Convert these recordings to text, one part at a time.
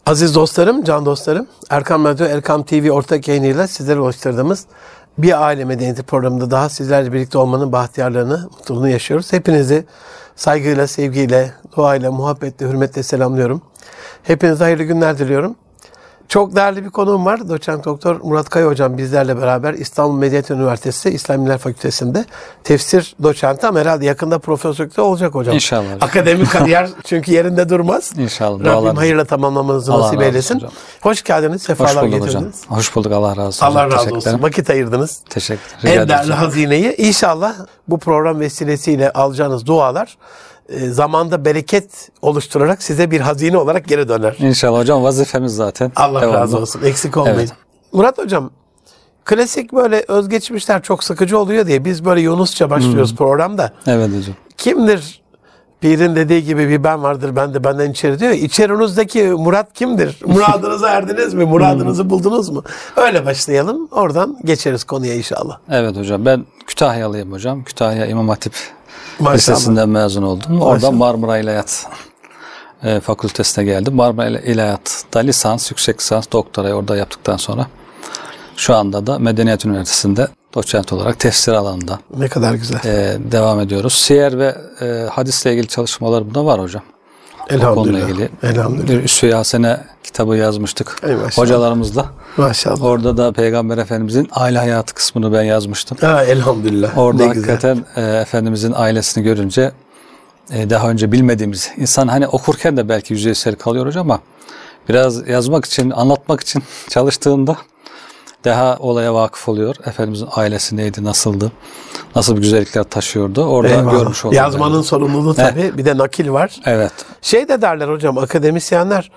Aziz dostlarım, can dostlarım, Erkam Radyo, Erkam TV ortak yayınıyla sizlere ulaştırdığımız Bir Aile Medeniyeti programında daha sizlerle birlikte olmanın bahtiyarlığını, mutluluğunu yaşıyoruz. Hepinizi saygıyla, sevgiyle, duayla, muhabbetle, hürmetle selamlıyorum. Hepinize hayırlı günler diliyorum. Çok değerli bir konuğum var. Doçent Doktor Murat Kaya Hocam bizlerle beraber İstanbul Medeniyet Üniversitesi İslam Bilimler Fakültesi'nde tefsir doçenti ama herhalde yakında profesörlükte olacak hocam. İnşallah hocam. Akademik kariyer çünkü yerinde durmaz. İnşallah. Rabbim hayırla tamamlamanızı Allah nasip razı eylesin. olsun hocam. Hoş geldiniz, sefalar Hoş bulduk hocam. getirdiniz. Hoş bulduk. Allah razı olsun. Allah razı Teşekkür olsun. ederim. Vakit ayırdınız. Teşekkür ederim. En değerli hazineyi inşallah bu program vesilesiyle alacağınız dualar zamanda bereket oluşturarak size bir hazine olarak geri döner. İnşallah hocam, vazifemiz zaten. Allah devamlı. razı olsun. Eksik olmayın. Evet. Murat hocam, klasik böyle özgeçmişler çok sıkıcı oluyor diye biz böyle Yunusça başlıyoruz programda. Evet hocam. Kimdir? Pir'in dediği gibi bir ben vardır, ben de benden içeri diyor. İçerinizdeki Murat kimdir? Muradınıza erdiniz mi? Muradınızı buldunuz mu? Öyle başlayalım. Oradan geçeriz konuya inşallah. Evet hocam, ben Kütahyalıyım hocam. Kütahya İmam Hatip Maşallah. Lisesi'nden mezun oldum. Maşallah. Oradan Marmara İlahiyat Fakültesine geldim. Marmara İlahiyat'ta lisans, yüksek lisans, doktorayı orada yaptıktan sonra şu anda da Medeniyet Üniversitesi'nde doçent olarak tefsir alanında Ne kadar güzel. devam ediyoruz. Siyer ve hadisle ilgili çalışmalarım da var hocam. O konuyla Elhamdülillah. ilgili. Elhamdülillah. Üsve-i Hasene kitabı yazmıştık Ey maşallah. hocalarımızla. Maşallah. Orada da Peygamber Efendimizin aile hayatı kısmını ben yazmıştım. Ha, elhamdülillah. Orada Ne güzel. hakikaten Efendimizin ailesini görünce daha önce bilmediğimiz, insan hani okurken de belki yüzeysel kalıyor hocam ama biraz yazmak için, anlatmak için çalıştığında daha olaya vakıf oluyor. Efendimizin ailesi neydi, nasıldı, nasıl bir güzellikler taşıyordu. Orada Eyvallah. görmüş olduk. Yazmanın yani. sorumluluğu tabii. Bir de nakil var. Evet. Şey de derler hocam, akademisyenler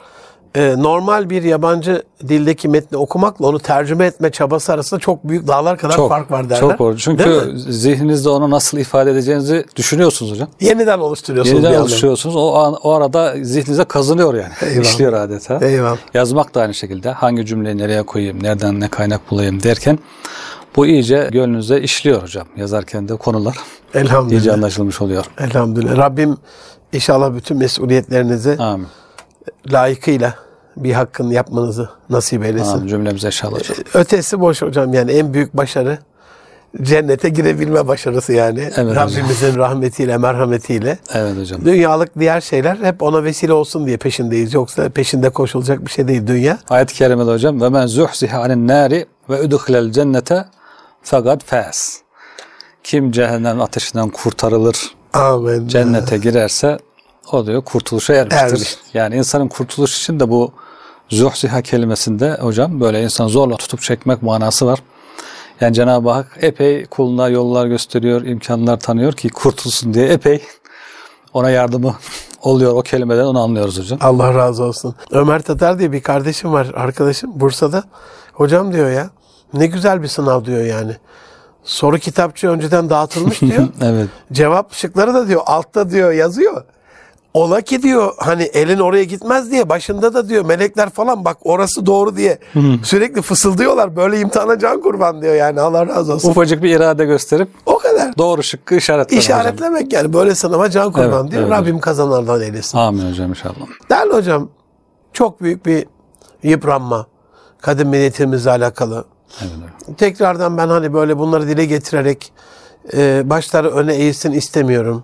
normal bir yabancı dildeki metni okumakla onu tercüme etme çabası arasında çok büyük dağlar kadar fark var derler. Çok doğru. Çünkü zihninizde onu nasıl ifade edeceğinizi düşünüyorsunuz hocam. Yeniden oluşturuyorsunuz. Yeniden bir anda. oluşturuyorsunuz. O arada zihninize kazınıyor yani. Eyvallah. İşliyor adeta. Eyvallah. Yazmak da aynı şekilde. Hangi cümleyi nereye koyayım, nereden ne kaynak bulayım derken bu iyice gönlünüze işliyor hocam. Yazarken de konular Elhamdülillah. iyice anlaşılmış oluyor. Elhamdülillah. Rabbim inşallah bütün mesuliyetlerinizi Amin. layıkıyla bir hakkını yapmanızı nasip eylesin. Amin. Cümlemize inşallah hocam. Ötesi boş hocam, yani en büyük başarı cennete girebilme başarısı yani. Evet Rabbimizin rahmetiyle, merhametiyle. Evet hocam. Dünyalık diğer şeyler hep ona vesile olsun diye peşindeyiz. Yoksa peşinde koşulacak bir şey değil dünya. Ayet-i kerimede hocam ve men zuhziha anin nari ve udkhilel cennete fakat faz. Kim cehennem ateşinden kurtarılır, Amin. cennete girerse o diyor kurtuluşa ermiştir. Ermiş. Yani insanın kurtuluş için de bu zuhziha kelimesinde hocam böyle insan zorla tutup çekmek manası var. Yani Cenab-ı Hak epey kuluna yollar gösteriyor, imkanlar tanıyor ki kurtulsun diye epey ona yardımı oluyor. O kelimeden onu anlıyoruz hocam. Allah razı olsun. Ömer Tatar diye bir kardeşim var, arkadaşım Bursa'da. Hocam diyor ya, ne güzel bir sınav diyor yani. Soru kitapçı önceden dağıtılmış diyor. Evet. Cevap şıkları da diyor altta diyor yazıyor. Ola ki diyor hani elin oraya gitmez diye başında da diyor melekler falan bak orası doğru diye sürekli fısıldıyorlar. Böyle imtihana can kurban diyor yani, Allah razı olsun. Ufacık bir irade gösterip O kadar. doğru şıkkı işaretlemek hocam. İşaretlemek yani, böyle sınava can kurban Evet, diyor. evet Rabbim kazananlardan eylesin. Amin hocam inşallah. Değerli hocam, çok büyük bir yıpranma kadim medeniyetimizle alakalı. Evet hocam. Tekrardan ben hani böyle bunları dile getirerek başları öne eğilsin istemiyorum.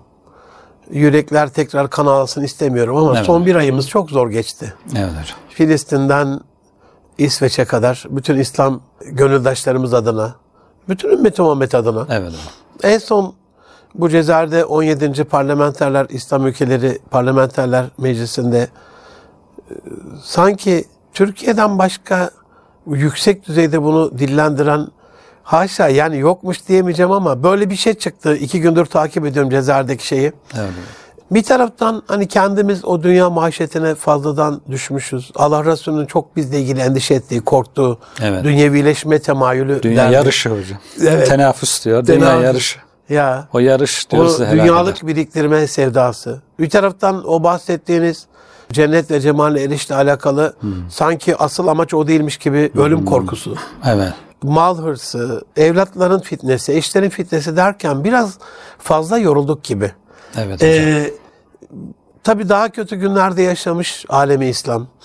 Yürekler tekrar kan ağlasın istemiyorum ama Evet. son bir ayımız çok zor geçti. Evet hocam. Filistin'den İsveç'e kadar bütün İslam gönüldaşlarımız adına, bütün ümmet-i Muhammed adına. Evet hocam. En son bu Cezayir'de 17. Parlamenterler, İslam Ülkeleri Parlamenterler Meclisi'nde sanki Türkiye'den başka yüksek düzeyde bunu dillendiren, haşa yani yokmuş diyemeyeceğim ama böyle bir şey çıktı. 2 gündür takip ediyorum Cezayir'deki şeyi. Evet hocam. Bir taraftan hani kendimiz o dünya mahşetine fazladan düşmüşüz. Allah Resulü'nün çok bizle ilgili endişe ettiği, korktuğu, Evet. dünyevileşme temayülü Dünya derdi. yarışı hocam. Evet. Tenaffüs diyor. Dünya Tenaffüs. yarışı. Ya. O yarış O diyor size helak dünyalık eder. biriktirme sevdası. Bir taraftan o bahsettiğiniz cennet ve cemalle erişle alakalı sanki asıl amaç o değilmiş gibi ölüm korkusu. Evet. Mal hırsı, evlatların fitnesi, eşlerin fitnesi derken biraz fazla yorulduk gibi. Evet hocam. Tabii daha kötü günlerde yaşamış alemi İslam.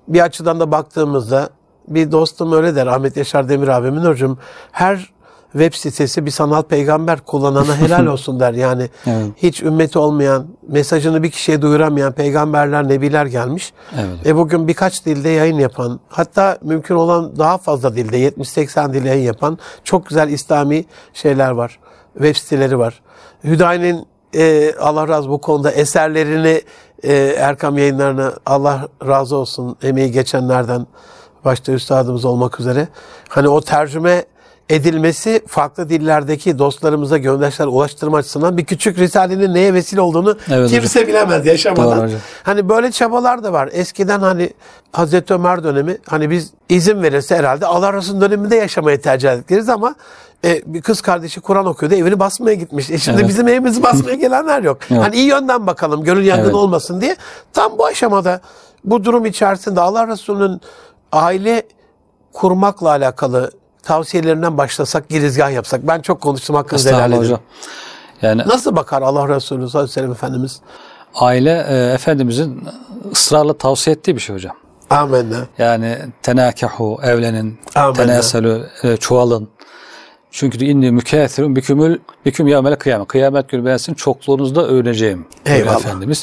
bir açıdan da baktığımızda bir dostum öyle der, Ahmet Yaşar Demir abimin, hocam her web sitesi bir sanal peygamber, kullanana helal olsun der. Yani Evet. hiç ümmeti olmayan, mesajını bir kişiye duyuramayan peygamberler, nebiler gelmiş. Evet. Bugün birkaç dilde yayın yapan, hatta mümkün olan daha fazla dilde, 70-80 dilde yayın yapan çok güzel İslami şeyler var. Web siteleri var. Hüdayi'nin Allah razı bu konuda eserlerini, Erkam Yayınlarına Allah razı olsun, emeği geçenlerden, başta üstadımız olmak üzere, hani o tercüme edilmesi, farklı dillerdeki dostlarımıza, gönderişler ulaştırma açısından bir küçük risalenin neye vesile olduğunu Evet kimse hocam. bilemez yaşamadan. Doğru hocam. Hani böyle çabalar da var. Eskiden hani Hazreti Ömer dönemi, hani biz izin verirse herhalde Allah Resulü'nün döneminde yaşamayı tercih ederiz ama bir kız kardeşi Kur'an okuyordu, evini basmaya gitmiş. Şimdi Evet. bizim evimizi basmaya gelenler yok. Yok. Hani iyi yönden bakalım, gönül yangını Evet. olmasın diye. Tam bu aşamada, bu durum içerisinde Allah Resulü'nün aile kurmakla alakalı tavsiyelerinden başlasak, girizgah yapsak. Ben çok konuştum, hakkınızı helal Estağfurullah edin. hocam. Yani Nasıl bakar Allah Resulü sallallahu aleyhi ve sellem Efendimiz? aile Efendimizin ısrarla tavsiye ettiği bir şey hocam. Amenna. Yani tenâkehu, evlenin, Amenna. tenâselü, çoğalın. Çünkü inni mükâthirun biküm yevmel kıyamet. Kıyamet günü ben sizin çokluğunuzda övüneceğim. diyor Eyvallah. Efendimiz.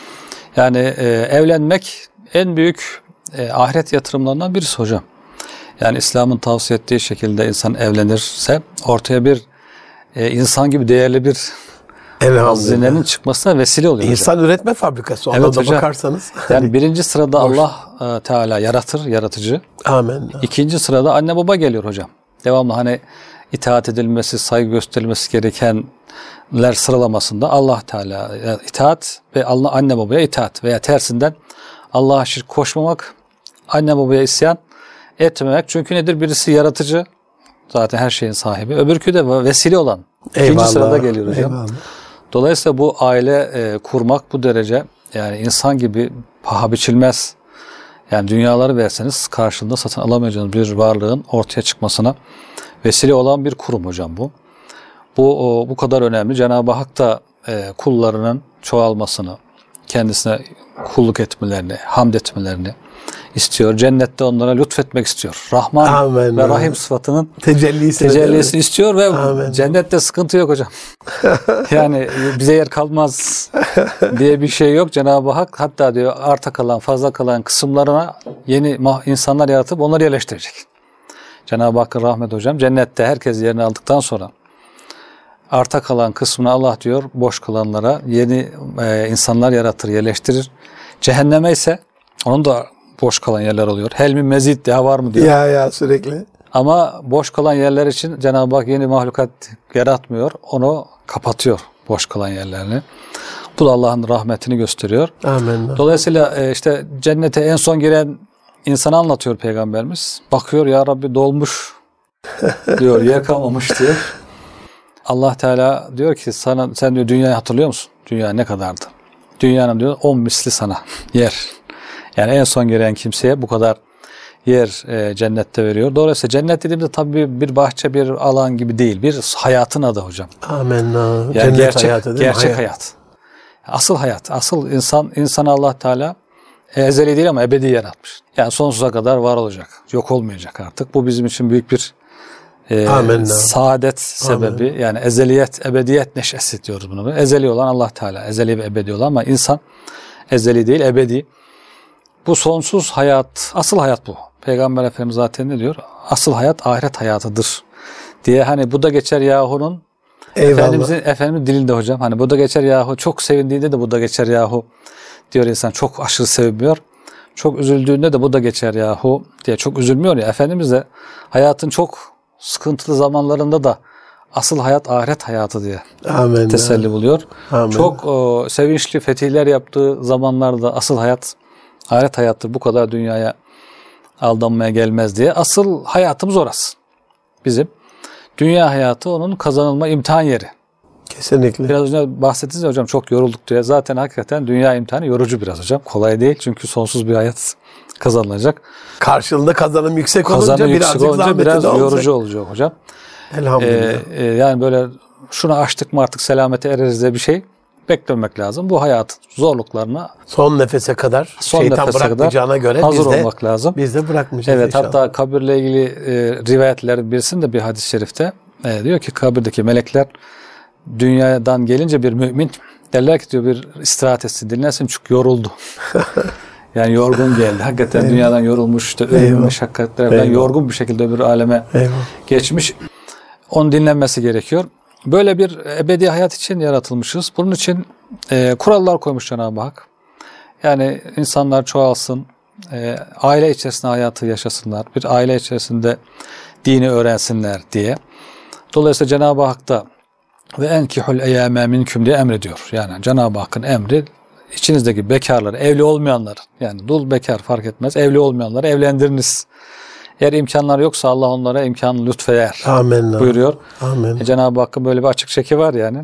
Yani evlenmek en büyük ahiret yatırımlarından birisi hocam. Yani İslam'ın tavsiye ettiği şekilde insan evlenirse ortaya bir insan gibi değerli bir hazinenin çıkmasına vesile oluyor. İnsan üretme fabrikası. Ona Evet da hocam. bakarsanız. Yani birinci sırada Allah Teala yaratır, yaratıcı. Amenna. İkinci sırada anne baba geliyor hocam. Devamlı hani itaat edilmesi, saygı gösterilmesi gerekenler sıralamasında Allah Teala itaat ve Allah anne babaya itaat veya tersinden Allah'a şirk koşmamak, anne babaya isyan etmemek. Çünkü nedir? Birisi yaratıcı, zaten her şeyin sahibi. Öbürkü de vesile olan. İkinci Eyvallah. sırada geliyor hocam. Eyvallah. Dolayısıyla bu aile kurmak bu derece, yani insan gibi paha biçilmez. Yani dünyaları verseniz karşılığında satın alamayacağınız bir varlığın ortaya çıkmasına vesile olan bir kurum hocam bu. Bu kadar önemli. Cenab-ı Hak da kullarının çoğalmasını, kendisine kulluk etmelerini, hamd etmelerini istiyor. Cennette onlara lütfetmek istiyor. Rahman Amen. ve Rahim sıfatının tecellisini istiyor ve Amen. cennette sıkıntı yok hocam. Yani bize yer kalmaz diye bir şey yok. Cenab-ı Hak hatta diyor arta kalan, fazla kalan kısımlarına yeni insanlar yaratıp onları yerleştirecek. Cenab-ı Hakk'ın rahmeti hocam. Cennette herkes yerini aldıktan sonra arta kalan kısmını Allah diyor boş kalanlara yeni insanlar yaratır, yerleştirir. Cehenneme ise onun da boş kalan yerler oluyor. Helmi mezid daha var mı diyor. Ya sürekli. Ama boş kalan yerler için Cenab-ı Hak yeni mahlukat yaratmıyor. Onu kapatıyor, boş kalan yerlerini. Bu da Allah'ın rahmetini gösteriyor. Amin. Dolayısıyla işte cennete en son giren insanı anlatıyor Peygamberimiz. Bakıyor, ya Rabbi dolmuş diyor, yer kalmamış diyor. Allah Teala diyor ki sen diyor dünyayı hatırlıyor musun? Dünya ne kadardı? Dünyanın diyor 10 misli sana yer. Yani en son giren kimseye bu kadar yer cennette veriyor. Dolayısıyla cennet dediğimizde tabii bir bahçe, bir alan gibi değil. Bir hayatın adı hocam. Amenna. Yani Cennet hayatı değil mi? gerçek hayat. Asıl hayat. Asıl insan Allah Teala ezeli değil ama ebedi yaratmış. Yani sonsuza kadar var olacak. Yok olmayacak artık. Bu bizim için büyük bir saadet sebebi. Amen. Yani ezeliyet, ebediyet neşesi diyoruz bunu. Ezeli olan Allah Teala. Ezeli ve ebedi olan ama insan ezeli değil, ebedi. Bu sonsuz hayat, asıl hayat bu. Peygamber Efendimiz zaten ne diyor? Asıl hayat ahiret hayatıdır diye. Hani bu da geçer yahunun Efendimizin dilinde hocam. Hani bu da geçer yahu. Çok sevindiğinde de bu da geçer yahu diyor insan. Çok aşırı sevmiyor. Çok üzüldüğünde de bu da geçer yahu diye çok üzülmüyor ya. Efendimiz de hayatın çok sıkıntılı zamanlarında da asıl hayat ahiret hayatı diye teselli buluyor. Amen. Çok sevinçli fetihler yaptığı zamanlarda asıl hayat ahiret hayattır. Bu kadar dünyaya aldanmaya gelmez diye. Asıl hayatımız orası. Bizim. Dünya hayatı onun kazanılma imtihan yeri. Kesinlikle. Biraz önce bahsettiniz ya hocam, çok yorulduk diye. Zaten hakikaten dünya imtihanı yorucu biraz hocam. Kolay değil çünkü sonsuz bir hayat kazanılacak. Karşılığında kazanım yüksek olunca biraz yorucu olacak hocam. Elhamdülillah. Yani böyle şunu açtık mı artık selamete ereriz diye bir şey beklemek lazım. Bu hayatın zorluklarına Son nefese kadar son şeytan nefese bırakmayacağına kadar göre hazır biz de, olmak lazım. biz de bırakmayacağız Evet, inşallah. hatta kabirle ilgili rivayetler birisinde bir hadis-i şerifte diyor ki kabirdeki melekler dünyadan gelince bir mümin derler ki diyor bir istirahat etsin, dinlensin çünkü yoruldu. Yani yorgun geldi. Hakikaten dünyadan yorulmuş, işte ölüm meşakkatlerden yorgun bir şekilde öbür aleme geçmiş. Onun dinlenmesi gerekiyor. Böyle bir ebedi hayat için yaratılmışız. Bunun için kurallar koymuş Cenab-ı Hak. Yani insanlar çoğalsın, aile içerisinde hayatı yaşasınlar, bir aile içerisinde dini öğrensinler diye. Dolayısıyla Cenab-ı Hak da ve enkihul eyyâme minküm diye emrediyor. Yani Cenab-ı Hakk'ın emri içinizdeki bekarları, evli olmayanlar, yani dul bekar fark etmez, evli olmayanları evlendiriniz. Eğer imkanlar yoksa Allah onlara imkanı lütfeder. Amin. Buyuruyor. Amin. Cenab-ı Hakk'ın böyle bir açık çeki var yani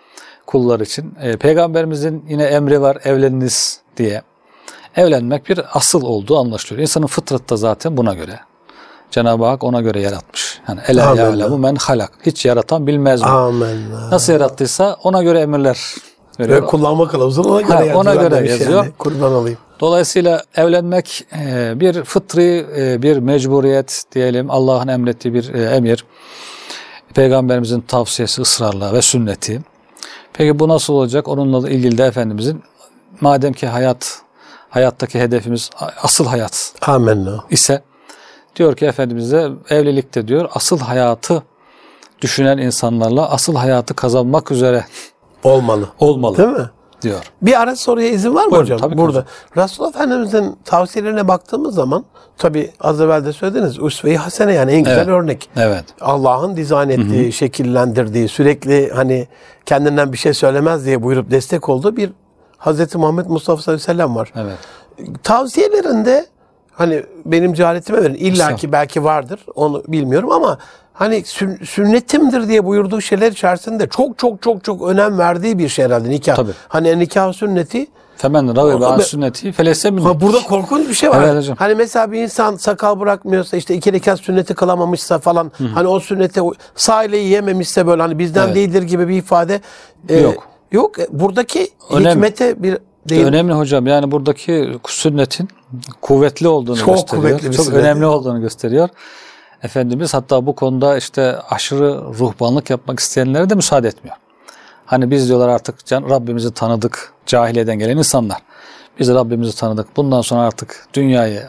kullar için. Peygamberimizin yine emri var, evleniniz diye. Evlenmek bir asıl olduğu anlaşılıyor. İnsanın fıtratı da zaten buna göre. Cenab-ı Hak ona göre yaratmış. Yani Ela ya'lemu men halak. Hiç yaratan bilmez mi? Amin. Nasıl yarattıysa ona göre emirler veriyor. Ve kullanma kılavuzunu ona göre ona göre yazıyor. Yani. Kurban olayım. Dolayısıyla evlenmek bir fıtri bir mecburiyet diyelim. Allah'ın emrettiği bir emir. Peygamberimizin tavsiyesi ısrarla ve sünneti. Peki bu nasıl olacak? Onunla ilgili de Efendimizin madem ki hayattaki hedefimiz asıl hayat Amin. ise diyor ki Efendimiz'e evlilikte diyor asıl hayatı düşünen insanlarla asıl hayatı kazanmak üzere olmalı. Değil mi? Diyor. Bir ara soruya izin var mı Buyurun, hocam? tabii Burada. Resulullah Efendimiz'in tavsiyelerine baktığımız zaman tabi az evvel de söylediniz üsve-i hasene yani en güzel örnek. Evet. Allah'ın dizayn ettiği, şekillendirdiği, sürekli hani kendinden bir şey söylemez diye buyurup destek olduğu bir Hazreti Muhammed Mustafa sallallahu aleyhi ve sellem var. Evet. Tavsiyelerinde hani benim cehaletime verin illaki belki vardır onu bilmiyorum ama hani sünnetimdir diye buyurduğu şeyler içerisinde çok önem verdiği bir şey herhalde nikah. Tabii. Hani nikah sünneti. Femen râgıbe an sünneti feleyse minni. Burada korkunç bir şey var. Evet hocam. Hani mesela bir insan sakal bırakmıyorsa işte 2 rekat sünneti kılamamışsa falan hani o sünnete sahile yememişse böyle hani bizden değildir gibi bir ifade yok. Yok. Buradaki Önemli. hikmete bir İşte önemli hocam. Yani buradaki sünnetin kuvvetli olduğunu gösteriyor. Kuvvetli bir çok sünnet. önemli olduğunu gösteriyor. Efendimiz hatta bu konuda işte aşırı ruhbanlık yapmak isteyenlere de müsaade etmiyor. Hani biz diyorlar artık Rabbimizi tanıdık, cahiliyeden gelen insanlar. Biz Rabbimizi tanıdık. Bundan sonra artık dünyayı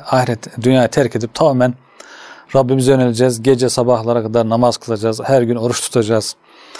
terk edip tamamen Rabbimize yöneleceğiz. Gece sabahlara kadar namaz kılacağız. Her gün oruç tutacağız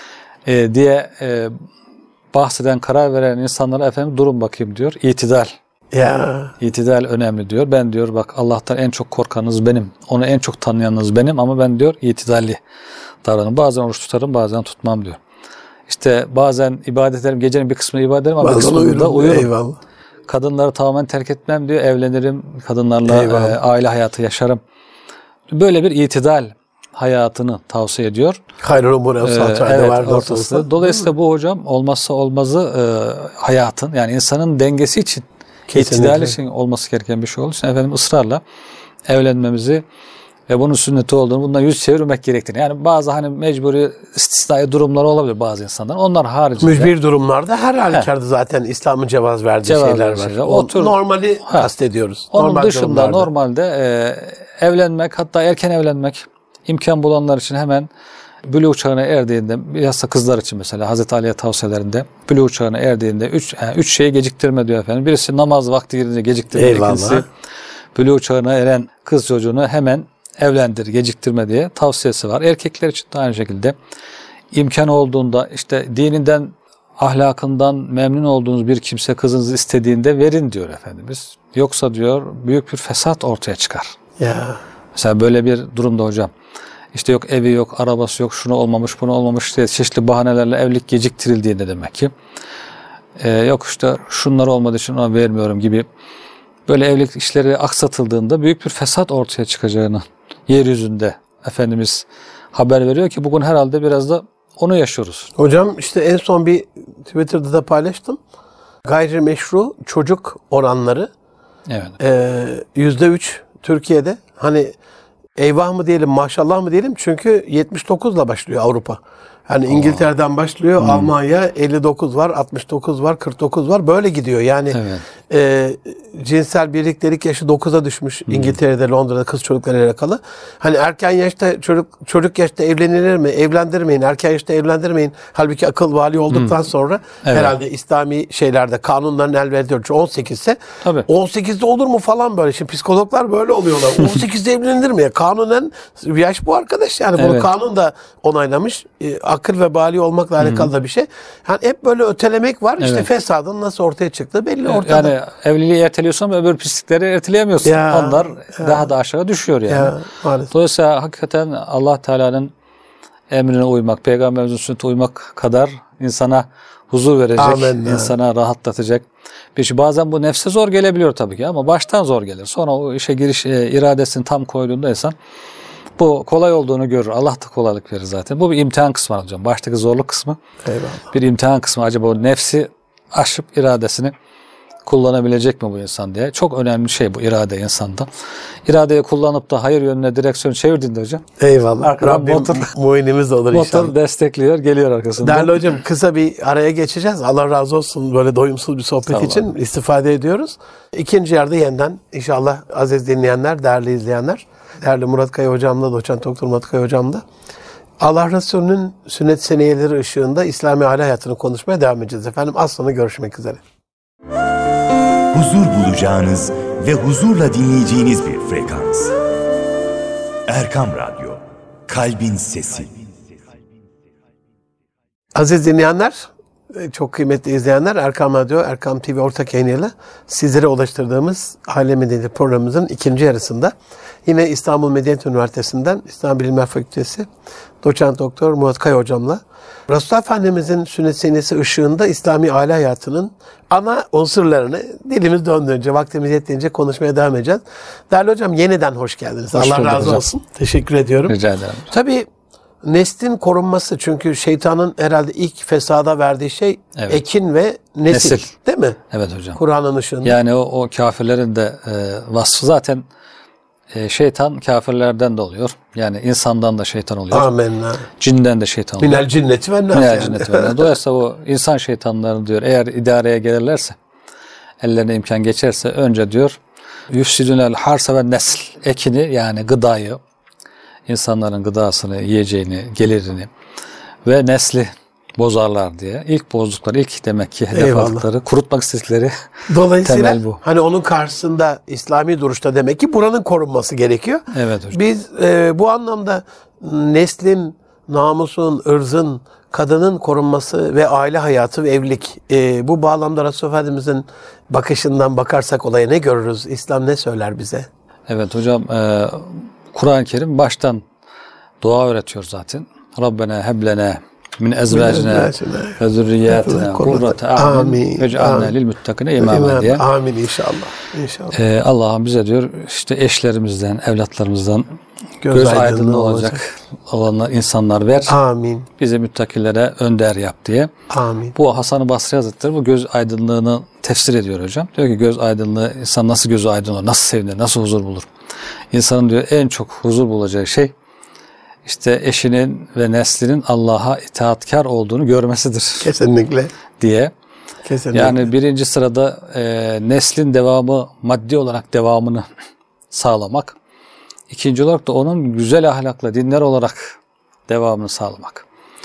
diye bahseden, karar veren insanlara efendim durun bakayım diyor. İtidal. Ya. İtidal önemli diyor. Ben diyor bak Allah'tan en çok korkanınız benim. Onu en çok tanıyanınız benim ama ben diyor itidalli davranırım. Bazen oruç tutarım, bazen tutmam diyor. İşte bazen ibadet ederim. Gecenin bir kısmını ibadet ederim ama bir kısmını da uyurum. Eyvallah. Kadınları tamamen terk etmem diyor. Evlenirim. Kadınlarla aile hayatı yaşarım. Böyle bir itidal hayatını tavsiye ediyor. Hayrul umur evet, ortası. Dolayısıyla bu hocam olmazsa olmazı hayatın yani insanın dengesi için itidal için olması gereken bir şey olduğu için efendim ısrarla evlenmemizi ve bunun sünneti olduğunu bundan yüz çevirmek gerektiğini. Yani bazı hani mecburi istisnai durumlar olabilir bazı insanlar. Onlar haricinde. Mücbir durumlarda her halükarda zaten İslam'ın cevaz verdiği şeyler var. Normali kastediyoruz. Onun normal dışında durumlarda. Normalde evlenmek hatta erken evlenmek imkan bulanlar için hemen bülûğ çağına erdiğinde bilhassa kızlar için mesela Hazreti Ali'ye tavsiyelerinde bülûğ çağına erdiğinde üç şeyi geciktirme diyor efendim. Birisi namaz vakti girince geciktirme. İkincisi bülûğ çağına eren kız çocuğunu hemen evlendir, geciktirme diye tavsiyesi var. Erkekler için de aynı şekilde imkan olduğunda işte dininden, ahlakından memnun olduğunuz bir kimse kızınızı istediğinde verin diyor Efendimiz. Yoksa diyor büyük bir fesat ortaya çıkar. Ya. Mesela böyle bir durumda hocam işte yok evi yok, arabası yok, şunu olmamış, bunu olmamış diye çeşitli bahanelerle evlilik geciktirildiğinde demek ki yok işte şunlar olmadığı için ona vermiyorum gibi böyle evlilik işleri aksatıldığında büyük bir fesat ortaya çıkacağını yeryüzünde Efendimiz haber veriyor ki bugün herhalde biraz da onu yaşıyoruz. Hocam işte en son bir Twitter'da da paylaştım. Gayrimeşru çocuk oranları %3 Türkiye'de. Hani eyvah mı diyelim maşallah mı diyelim çünkü 79'la başlıyor Avrupa. Hani İngiltere'den başlıyor, Almanya 59 var, 69 var, 49 var. Böyle gidiyor. Yani cinsel birliktelik yaşı 9'a düşmüş İngiltere'de, Londra'da kız çocuklarıyla alakalı. Hani erken yaşta çocuk yaşta evlenilir mi? Evlendirmeyin. Erken yaşta evlendirmeyin. Halbuki akıl vali olduktan sonra herhalde İslami şeylerde kanunların el verdiği 18 ise 18'de olur mu falan böyle. Şimdi psikologlar böyle oluyorlar. 18'de evlenilir mi? Kanunen yaş bu arkadaş. Yani bunu kanun da onaylamış. Akıl ve bali olmakla alakalı da bir şey. Yani hep böyle ötelemek var. İşte fesadın nasıl ortaya çıktığı belli ortada. Yani evliliği erteliyorsan öbür pislikleri erteleyemiyorsun. Onlar daha da aşağı düşüyor yani. Dolayısıyla hakikaten Allah Teala'nın emrine uymak, Peygamberimizin sünnetine uymak kadar insana huzur verecek, insana rahatlatacak bir şey. Bazen bu nefse zor gelebiliyor tabii ki ama baştan zor gelir. Sonra o işe giriş iradesini tam koyduğunda insan bu kolay olduğunu görür. Allah da kolaylık verir zaten. Bu bir imtihan kısmı hocam. Baştaki zorluk kısmı. Bir imtihan kısmı. Acaba o nefsi aşıp iradesini kullanabilecek mi bu insan diye. Çok önemli şey bu irade insanda. İradeyi kullanıp da hayır yönüne direksiyon çevirdiğinde hocam. Eyvallah. Arkadan Rabbim muinimiz olur inşallah. Motor destekliyor, geliyor arkasından. Değerli hocam kısa bir araya geçeceğiz. Allah razı olsun böyle doyumsuz bir sohbet için istifade ediyoruz. İkinci yarıda yeniden inşallah aziz dinleyenler, değerli izleyenler, değerli Murat Kaya hocamla, doçent doktor Murat Kaya hocamla Allah Resulü'nün sünnet seniyeleri ışığında İslami aile hayatını konuşmaya devam edeceğiz efendim. Az sonra görüşmek üzere. Huzur bulacağınız ve huzurla dinleyeceğiniz bir frekans. Erkam Radyo, Kalbin Sesi. Aziz dinleyenler, çok kıymetli izleyenler, Erkam Radyo, Erkam TV ortak yayınıyla sizlere ulaştırdığımız Aile Medeniyeti programımızın ikinci yarısında yine İstanbul Medeniyet Üniversitesi'nden İslam Bilimler Fakültesi doçent doktor Murat Kaya hocamla Resulullah Efendimizin sünnet senesi ışığında İslami aile hayatının ana unsurlarını dilimiz döndüğünce, vaktimiz yettiğince konuşmaya devam edeceğiz. Değerli hocam yeniden hoş geldiniz. Allah razı olsun. Teşekkür ediyorum. Rica ederim. Tabii neslin korunması, çünkü şeytanın herhalde ilk fesada verdiği şey ekin ve nesil. Değil mi? Evet hocam. Kur'an'ın ışığında. Yani o kafirlerin de vasfı zaten şeytan kafirlerden de oluyor. Yani insandan da şeytan oluyor. Amenna. Cinden de şeytan oluyor. Minel cinneti ve nas. Minel cinneti ve nas. Dolayısıyla o insan şeytanları diyor eğer idareye gelirlerse, ellerine imkan geçerse önce diyor yüfsidünel harsa ve nesl, ekini yani gıdayı, insanların gıdasını, yiyeceğini, gelirini ve nesli bozarlar diye. İlk bozdukları, ilk demek ki hedef aldıkları, kurutmak istedikleri dolayısıyla temel bu. Hani onun karşısında İslami duruşta demek ki buranın korunması gerekiyor. Evet hocam. Biz bu anlamda neslin, namusun, ırzın, kadının korunması ve aile hayatı ve evlilik, bu bağlamda Resulullah Efendimiz'in bakışından bakarsak olaya ne görürüz? İslam ne söyler bize? Evet hocam, Kur'an-ı Kerim baştan dua öğretiyor zaten. Rabbena heblena min ezvacina ve zürriyatina kurrate a'yun vec'alna lil muttaqina imama diye. Amin inşallah. Allah'ım bize diyor işte eşlerimizden, evlatlarımızdan göz aydınlığı olacak olanlar, insanlar ver. Amin. Bizi müttakilere önder yap diye. Amin. Bu Hasan-ı Basri Hazretleri bu göz aydınlığını tefsir ediyor hocam. Diyor ki göz aydınlığı, insan nasıl gözü aydın olur, nasıl sevinir, nasıl huzur bulur? İnsanın diyor en çok huzur bulacağı şey işte eşinin ve neslinin Allah'a itaatkar olduğunu görmesidir. Kesinlikle. Diye. Kesinlikle. Yani birinci sırada neslin devamı, maddi olarak devamını sağlamak. İkinci olarak da onun güzel ahlakla, dinler olarak devamını sağlamak.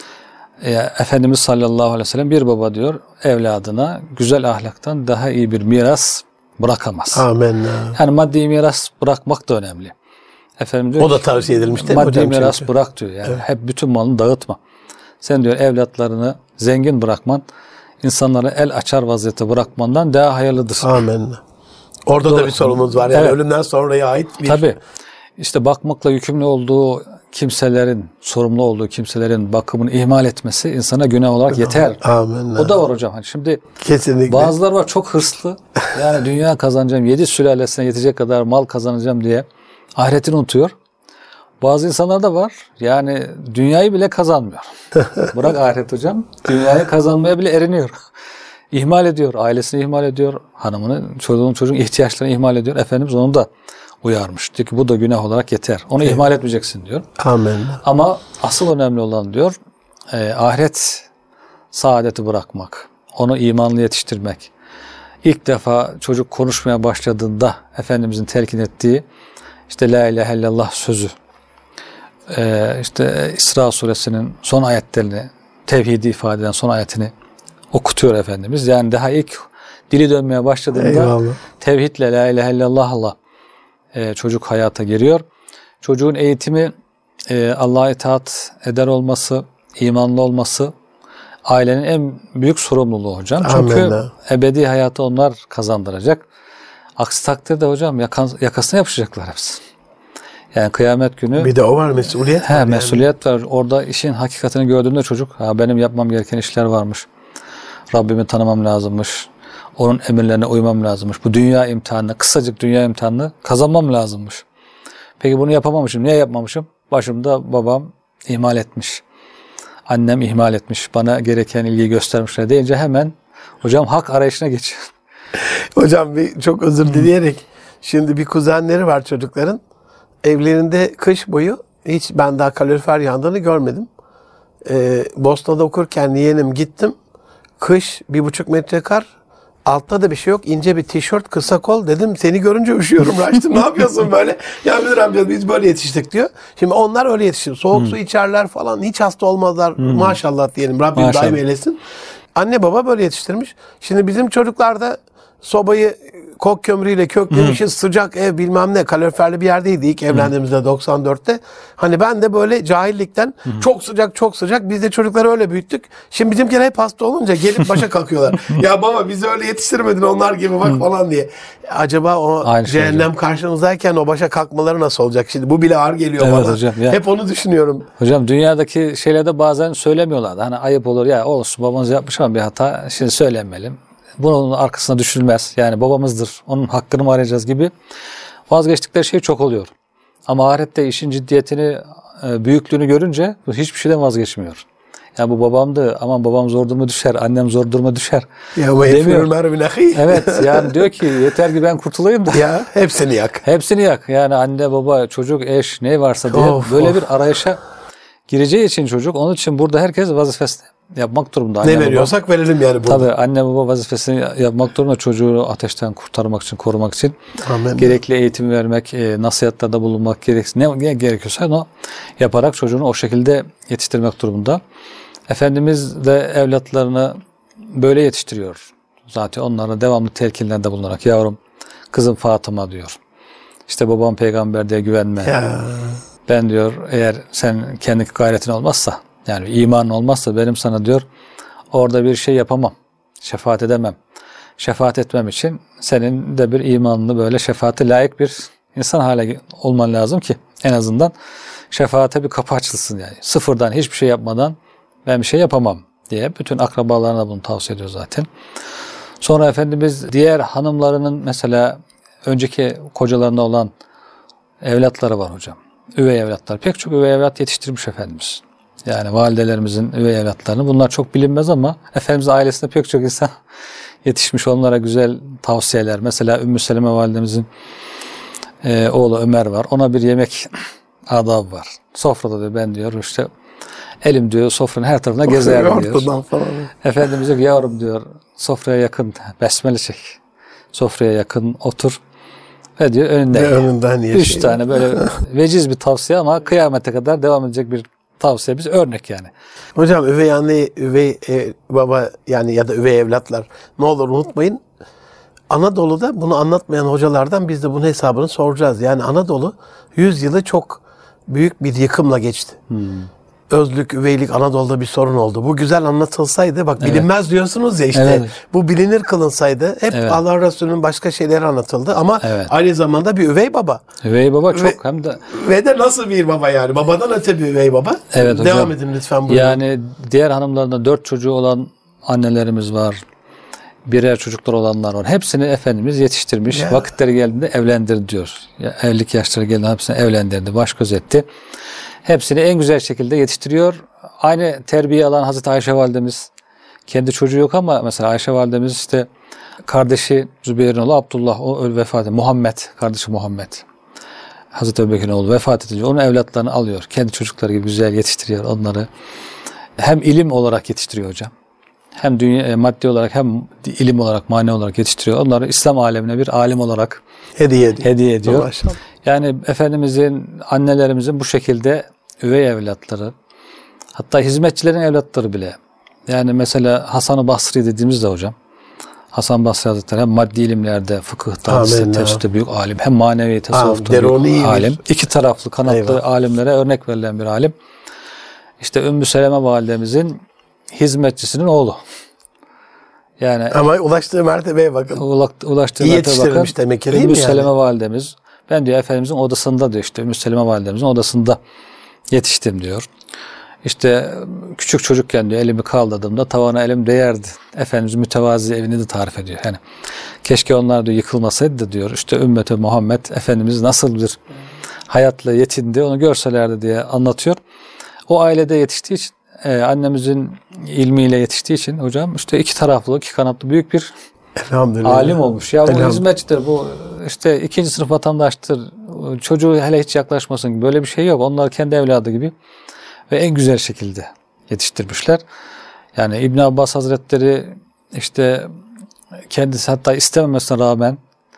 Efendimiz sallallahu aleyhi ve sellem bir baba diyor evladına güzel ahlaktan daha iyi bir miras bırakamaz. Amin. Yani maddi miras bırakmak da önemli. Efendim diyor o da tavsiye edilmiş değil mi maddi hocam? Maddi miras bırak diyor. Yani hep bütün malını dağıtma. Sen diyor evlatlarını zengin bırakman, insanlara el açar vaziyette bırakmandan daha hayırlıdır. Amin. Orada da bir sorunumuz var. Yani ölümden sonraya ait bir... Tabii. İşte bakmakla yükümlü olduğu kimselerin, sorumlu olduğu kimselerin bakımını ihmal etmesi insana günah olarak yeter. Amin. O da var hocam. Hani şimdi kesinlikle. Bazılar var çok hırslı. Yani dünya kazanacağım, 7 sülalesine yetecek kadar mal kazanacağım diye ahiretini unutuyor. Bazı insanlar da var. Yani dünyayı bile kazanmıyor. Bırak ahiret hocam. Dünyayı kazanmaya bile eriniyor. İhmal ediyor. Ailesini ihmal ediyor. Hanımını, çocuğun ihtiyaçlarını ihmal ediyor. Efendimiz onu da uyarmış. Diyor ki bu da günah olarak yeter. Onu ihmal etmeyeceksin diyor. Amin. Ama asıl önemli olan diyor ahiret saadeti bırakmak, onu imanlı yetiştirmek. İlk defa çocuk konuşmaya başladığında Efendimizin telkin ettiği işte La ilahe illallah sözü, işte İsra suresinin son ayetlerini, tevhidi ifade eden son ayetini okutuyor Efendimiz. Yani daha ilk dili dönmeye başladığında Eyvallah. tevhidle La ilahe illallah'la çocuk hayata giriyor. Çocuğun eğitimi Allah'a itaat eder olması, imanlı olması ailenin en büyük sorumluluğu hocam. Çünkü Amenna. ebedi hayatı onlar kazandıracak. Aksi takdirde hocam yakasına yapışacaklar hepsi. Yani kıyamet günü Bir de o var, mesuliyet var. Yani. mesuliyet var. Orada işin hakikatini gördüğünde çocuk benim yapmam gereken işler varmış. Rabbimi tanımam lazımmış. Onun emirlerine uymam lazımmış. Bu dünya imtihanını, kısacık dünya imtihanını kazanmam lazımmış. Peki bunu yapamamışım. Niye yapmamışım? Başımda babam ihmal etmiş. Annem ihmal etmiş. Bana gereken ilgiyi göstermişler deyince hemen hocam hak arayışına geçiyor. Hocam çok özür dileyerek, şimdi bir kuzenleri var çocukların. Evlerinde kış boyu hiç ben daha kalorifer yandığını görmedim. Bosna'da okurken yeğenim gittim. Kış 1,5 metre kar. Altta da bir şey yok. İnce bir tişört, kısa kol. Dedim seni görünce üşüyorum Raşit'im. Ne yapıyorsun böyle? Ya müdür amca biz böyle yetiştik diyor. Şimdi onlar öyle yetişiyor. Soğuk su içerler falan. Hiç hasta olmazlar. Maşallah diyelim. Rabbim Maşallah. daim eylesin. Anne baba böyle yetiştirmiş. Şimdi bizim çocuklar da sobayı kok kömürüyle köklemişiz. Sıcak ev bilmem ne. Kaloriferli bir yerdeydi ilk evlendiğimizde 94'te. Hani ben de böyle cahillikten çok sıcak. Biz de çocukları öyle büyüttük. Şimdi bizimkiler hep hasta olunca gelip başa kalkıyorlar. Ya baba bizi öyle yetiştirmedin onlar gibi bak falan diye. Acaba o Aynı şey cehennem hocam. karşımızdayken o başa kalkmaları nasıl olacak? Şimdi bu bile ağır geliyor Evet bana. hocam, ya. Hep onu düşünüyorum. Hocam dünyadaki şeylerde bazen söylemiyorlardı. Hani ayıp olur ya olsun babanız yapmış ama bir hata şimdi söylemeyelim. Bunun arkasına düşülmez. Yani babamızdır. Onun hakkını mı arayacağız gibi vazgeçtikleri şey çok oluyor. Ama ahirette işin ciddiyetini, büyüklüğünü görünce hiçbir şeyden vazgeçmiyor. Ya bu babamdı. Aman babam zor duruma düşer. Annem zor duruma düşer. Ya bu Demiyor. Evet yani diyor ki yeter ki ben kurtulayım da. Ya hepsini yak. Hepsini yak. Yani anne, baba, çocuk, eş ne varsa diye böyle bir arayışa gireceği için çocuk. Onun için burada herkes vazifesini yapmak durumunda. Anne, Ne veriyorsak verelim yani burada. Tabii anne baba vazifesini yapmak durumunda çocuğu ateşten kurtarmak için, korumak için. Amin. Gerekli eğitim vermek, nasihatlerde bulunmak ne gerekiyorsa onu yaparak çocuğunu o şekilde yetiştirmek durumunda. Efendimiz de evlatlarını böyle yetiştiriyor. Zaten onlara devamlı telkinlerde bulunarak yavrum, kızım Fatıma diyor. İşte babam peygamber diye güvenme. Ya. Ben diyor eğer sen kendi gayretin olmazsa yani imanın olmazsa benim sana diyor orada bir şey yapamam. Şefaat edemem. Şefaat etmem için senin de bir imanlı böyle şefaate layık bir insan hale olman lazım ki en azından şefaate bir kapı açılsın yani. Sıfırdan hiçbir şey yapmadan ben bir şey yapamam diye bütün akrabalarına bunu tavsiye ediyor zaten. Sonra Efendimiz diğer hanımlarının mesela önceki kocalarına olan evlatları var hocam. Üvey evlatlar. Pek çok üvey evlat yetiştirmiş Efendimiz. Yani validelerimizin üvey evlatlarını. Bunlar çok bilinmez ama Efendimiz ailesinde pek çok insan yetişmiş. Onlara güzel tavsiyeler. Mesela Ümmü Seleme validemizin oğlu Ömer var. Ona bir yemek adabı var. Sofrada diyor ben diyor işte elim diyor sofranın her tarafına gezerim diyor. Efendimiz diyor yavrum diyor sofraya yakın besmele çek. Sofraya yakın otur. Ve diyor önünden 3 tane böyle veciz bir tavsiye ama kıyamete kadar devam edecek bir tavsiye. Biz örnek yani. Hocam üvey anne, üvey baba yani ya da üvey evlatlar ne olur unutmayın. Anadolu'da bunu anlatmayan hocalardan biz de bunun hesabını soracağız. Yani Anadolu 100 yılı çok büyük bir yıkımla geçti. Özlük, üveylik Anadolu'da bir sorun oldu. Bu güzel anlatılsaydı, bak bilinmez diyorsunuz ya işte. Evet. Bu bilinir kılınsaydı hep Allah Resulü'nün başka şeyleri anlatıldı ama aynı zamanda bir üvey baba. Üvey baba çok hem de. Ve de nasıl bir baba yani? Babadan öte bir üvey baba. Evet hocam. Devam edin lütfen. Buyurun. Yani diğer hanımlarında 4 çocuğu olan annelerimiz var. Birer çocuklar olanlar var. Hepsini Efendimiz yetiştirmiş. Ya. Vakitleri geldiğinde evlendir diyor. Evlilik yaşları geldiğinde hepsini evlendirdi. Baş göz etti. Hepsini en güzel şekilde yetiştiriyor. Aynı terbiye alan Hazreti Ayşe validemiz kendi çocuğu yok ama mesela Ayşe validemiz işte kardeşi Zübeyir'in oğlu Abdullah o vefat ediyor. Muhammed, kardeşi Muhammed. Hazreti Ebubekir'in oğlu vefat edince onun evlatlarını alıyor. Kendi çocukları gibi güzel yetiştiriyor onları. hem ilim olarak yetiştiriyor hocam. Hem dünya, maddi olarak hem ilim olarak, manevi olarak yetiştiriyor. Onları İslam alemine bir alim olarak hediye ediyor. Maşallah. Yani Efendimizin, annelerimizin bu şekilde üvey evlatları, hatta hizmetçilerin evlatları bile. Yani mesela Hasan-ı Basri dediğimizde hocam, Hasan Basri Hazretleri hem maddi ilimlerde, fıkıhta, hadiste, tefsirde büyük alim, hem manevi tasavvufta büyük alim. İki taraflı, kanatlı alimlere örnek verilen bir alim. İşte Ümmü Seleme validemizin hizmetçisinin oğlu. Yani ama ulaştığı mertebeye bakın. Ulaştığı İyi mertebeye yetiştirilmiş bakın. demek ki, değil Ümmü mi yani? Seleme validemiz, ben diyor Efendimizin odasında diyor, işte Ümmü Seleme validemizin odasında yetiştim diyor. İşte küçük çocukken diyor elimi kaldırdığımda tavana elim değerdi. Efendimiz mütevazi evini de tarif ediyor. Yani keşke onlar diyor yıkılmasaydı da diyor. İşte ümmeti Muhammed Efendimiz nasıl bir hayatla yetindi onu görselerdi diye anlatıyor. O ailede yetiştiği için, annemizin ilmiyle yetiştiği için hocam işte iki taraflı, iki kanatlı büyük bir alim olmuş. Ya bu hizmetçidir, bu işte ikinci sınıf vatandaştır, çocuğu hele hiç yaklaşmasın gibi, böyle bir şey yok. Onlar kendi evladı gibi ve en güzel şekilde yetiştirmişler. Yani İbn Abbas Hazretleri işte kendisi hatta istememesine rağmen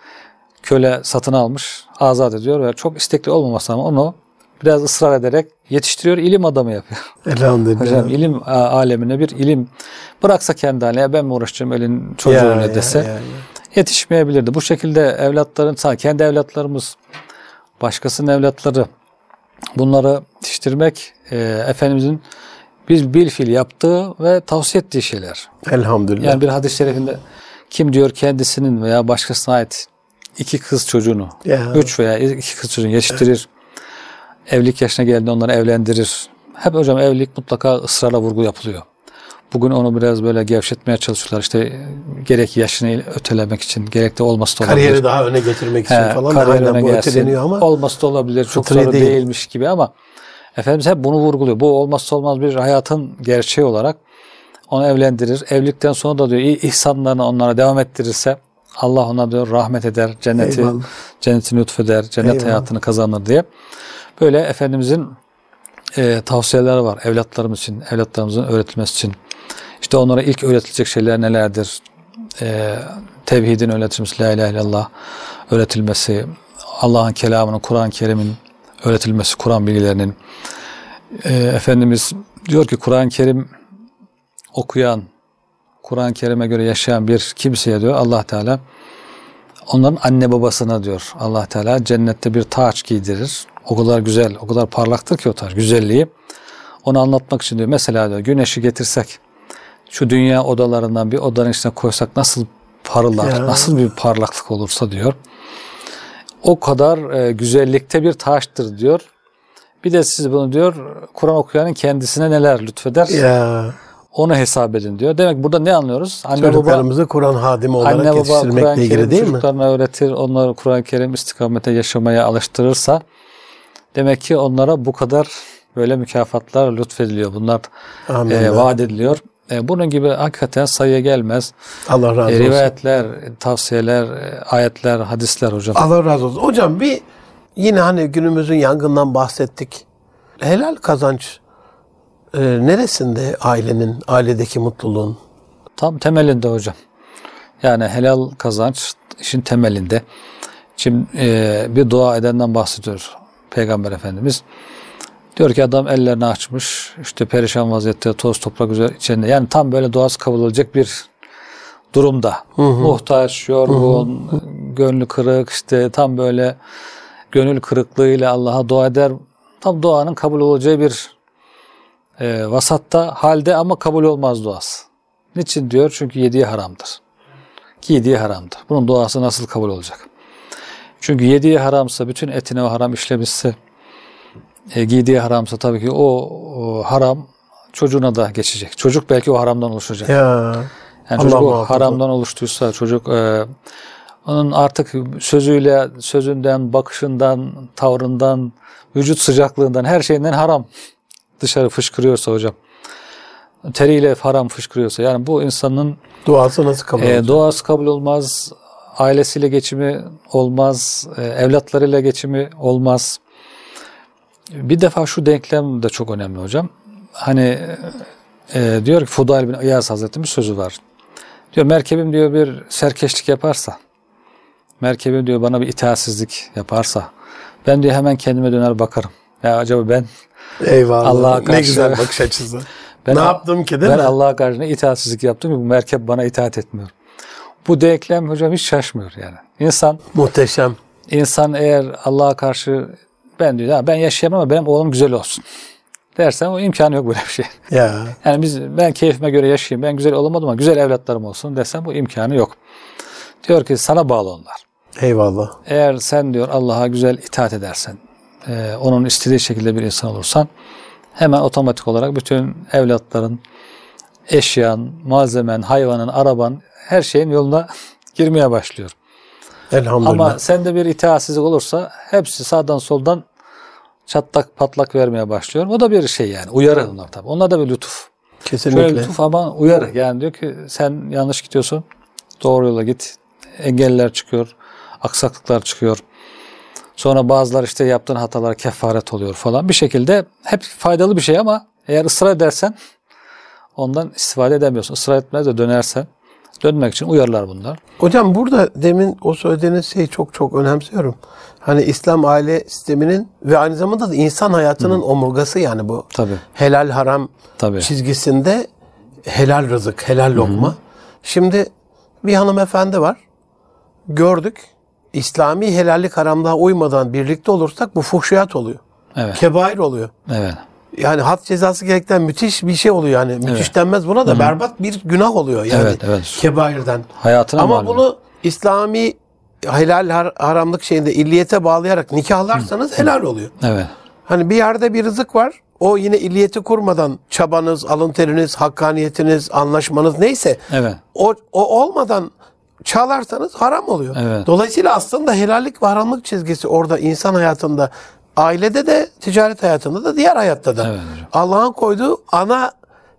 köle satın almış, azat ediyor ve çok istekli olmamasına rağmen onu biraz ısrar ederek yetiştiriyor, ilim adamı yapıyor. Elhamdülillah. Hocam ilim alemine bir ilim bıraksa kendi haline, ben mi uğraşacağım elin çocuğuyla dese yetişmeyebilirdi. Bu şekilde evlatların, kendi evlatlarımız, başkasının evlatları, bunları yetiştirmek Efendimizin biz bilfil yaptığı ve tavsiye ettiği şeyler. Elhamdülillah. Yani bir hadis-i şerifinde kim diyor kendisinin veya başkasına ait iki kız çocuğunu, üç veya iki kız çocuğunu yetiştirir, evlilik yaşına geldiğinde onları evlendirir. Hep hocam evlilik mutlaka ısrarla vurgu yapılıyor. Bugün onu biraz böyle gevşetmeye çalışıyorlar. İşte gerek yaşını ötelemek için, gerek de olması da olabilir. Kariyeri daha öne getirmek için falan. Kariyer öne gelsin. Ama olması da olabilir. Çok zor değilmiş gibi ama Efendimiz hep bunu vurguluyor. Bu olmazsa olmaz bir hayatın gerçeği olarak onu evlendirir. Evlilikten sonra da diyor ihsanlarını onlara devam ettirirse Allah ona diyor rahmet eder, cennetini lütfeder, cennet hayatını kazanır diye. Böyle Efendimizin tavsiyeleri var evlatlarımız için, evlatlarımızın öğretilmesi için. İşte onlara ilk öğretilecek şeyler nelerdir? Tevhidin öğretilmesi, la ilahe illallah öğretilmesi, Allah'ın kelamının, Kur'an-ı Kerim'in öğretilmesi, Kur'an bilgilerinin. Efendimiz diyor ki Kur'an-ı Kerim okuyan, Kur'an-ı Kerim'e göre yaşayan bir kimseye diyor Allah Teala, onların anne babasına diyor Allah Teala cennette bir taç giydirir. O kadar güzel, o kadar parlaktır ki o taç, güzelliği. Onu anlatmak için diyor mesela diyor güneşi getirsek, şu dünya odalarından bir odanın içine koysak nasıl parlar, nasıl bir parlaklık olursa diyor. O kadar güzellikte bir taştır diyor. Bir de siz bunu diyor Kur'an okuyanın kendisine neler lütfeder. Onu hesap edin diyor. Demek burada ne anlıyoruz? Çocuklarımızı Kur'an hadimi olarak yetiştirmekle ilgili değil mi? Çocuklarına öğretir, onları Kur'an-ı Kerim istikamete yaşamaya alıştırırsa demek ki onlara bu kadar böyle mükafatlar lütfediliyor. Bunlar vaat ediliyor. Bunun gibi hakikaten sayıya gelmez. Allah razı olsun. Rivayetler, tavsiyeler, ayetler, hadisler hocam. Allah razı olsun. Hocam bir yine hani günümüzün yangından bahsettik. Helal kazanç neresinde ailedeki mutluluğun? Tam temelinde hocam. Yani helal kazanç işin temelinde. Şimdi bir dua edenden bahsediyor Peygamber Efendimiz. Diyor ki adam ellerini açmış, işte perişan vaziyette, toz toprak içinde. Yani tam böyle duası kabul olacak bir durumda. Muhtaç, yorgun, gönlü kırık, işte tam böyle gönül kırıklığıyla Allah'a dua eder. Tam duanın kabul olacağı bir vasatta halde ama kabul olmaz duası. Niçin diyor? Çünkü yediği haramdır. Giydiği haramdır. Bunun duası nasıl kabul olacak? Çünkü yediği haramsa, bütün etine o haram işlemişse, giydiği haramsa tabii ki o haram çocuğuna da geçecek. Çocuk belki o haramdan oluşacak. Yani çocuk o haramdan oluştuysa, çocuk onun artık sözünden, bakışından, tavrından, vücut sıcaklığından, her şeyinden haram dışarı fışkırıyorsa hocam, teriyle haram fışkırıyorsa, yani bu insanın duası nasıl kabul olacak? Duası kabul olmaz, ailesiyle geçimi olmaz, evlatlarıyla geçimi olmaz. Bir defa şu denklem de çok önemli hocam. Hani Diyor ki Fudayl bin İyaz Hazretleri'nin bir sözü var. Diyor merkebim diyor bir serkeşlik yaparsa, merkebim diyor bana bir itaatsizlik yaparsa, ben diyor hemen kendime döner bakarım. Ya acaba ben Eyvallah. Allah'a karşı, ne güzel bakış açısı. ben, ne yaptım ki değil ben mi? Allah'a karşı ne itaatsizlik yaptım ki bu merkep bana itaat etmiyor. Bu denklem hocam hiç şaşmıyor yani. Muhteşem. İnsan eğer Allah'a karşı ben diyor ya ben yaşayamam ama benim oğlum güzel olsun dersen o imkanı yok böyle bir şey. Ya. Yani ben keyfime göre yaşayayım, ben güzel olamadım ama güzel evlatlarım olsun desem bu imkanı yok. Diyor ki sana bağlı onlar. Eyvallah. Eğer sen diyor Allah'a güzel itaat edersen, onun istediği şekilde bir insan olursan hemen otomatik olarak bütün evlatların, eşyan, malzemen, hayvanın, araban her şeyin yoluna girmeye başlıyor. Elhamdülillah. Ama sende bir itaatsizlik olursa hepsi sağdan soldan çatlak patlak vermeye başlıyor. O da bir şey yani. Uyarı onlar tabii. Onlar da bir lütuf. Kesinlikle. Şöyle lütuf ama uyarı. Yani diyor ki sen yanlış gidiyorsun. Doğru yola git. Engeller çıkıyor. Aksaklıklar çıkıyor. Sonra bazılar işte yaptığın hatalar kefaret oluyor falan. Bir şekilde hep faydalı bir şey ama eğer ısrar edersen ondan istifade edemiyorsun. Israr etmez de dönersen dönmek için uyarılar bunlar. Hocam burada demin o söylediğiniz şeyi çok çok önemsiyorum. Hani İslam aile sisteminin ve aynı zamanda da insan hayatının omurgası yani bu. Tabii. Helal haram Tabii. çizgisinde helal rızık, helal lokma. Şimdi bir hanımefendi var. Gördük. İslami helallik haramlığa uymadan birlikte olursak bu fuhşiyat oluyor. Evet. Kebair oluyor. Evet. Yani had cezası gerektiren müthiş bir şey oluyor yani. Müthiş denmez buna da berbat bir günah oluyor yani. Evet, evet. Kebairden. Hayatına Ama malum. bunu İslami helal haramlık şeyinde illiyete bağlayarak nikahlarsanız helal oluyor. Evet. Hani bir yerde bir rızık var. O yine illiyeti kurmadan çabanız, alın teriniz, hakkaniyetiniz, anlaşmanız neyse Evet. o olmadan çalarsanız haram oluyor. Evet. Dolayısıyla aslında helallik ve haramlık çizgisi orada insan hayatında, ailede de, ticaret hayatında da, diğer hayatta da. Evet hocam. Allah'ın koyduğu ana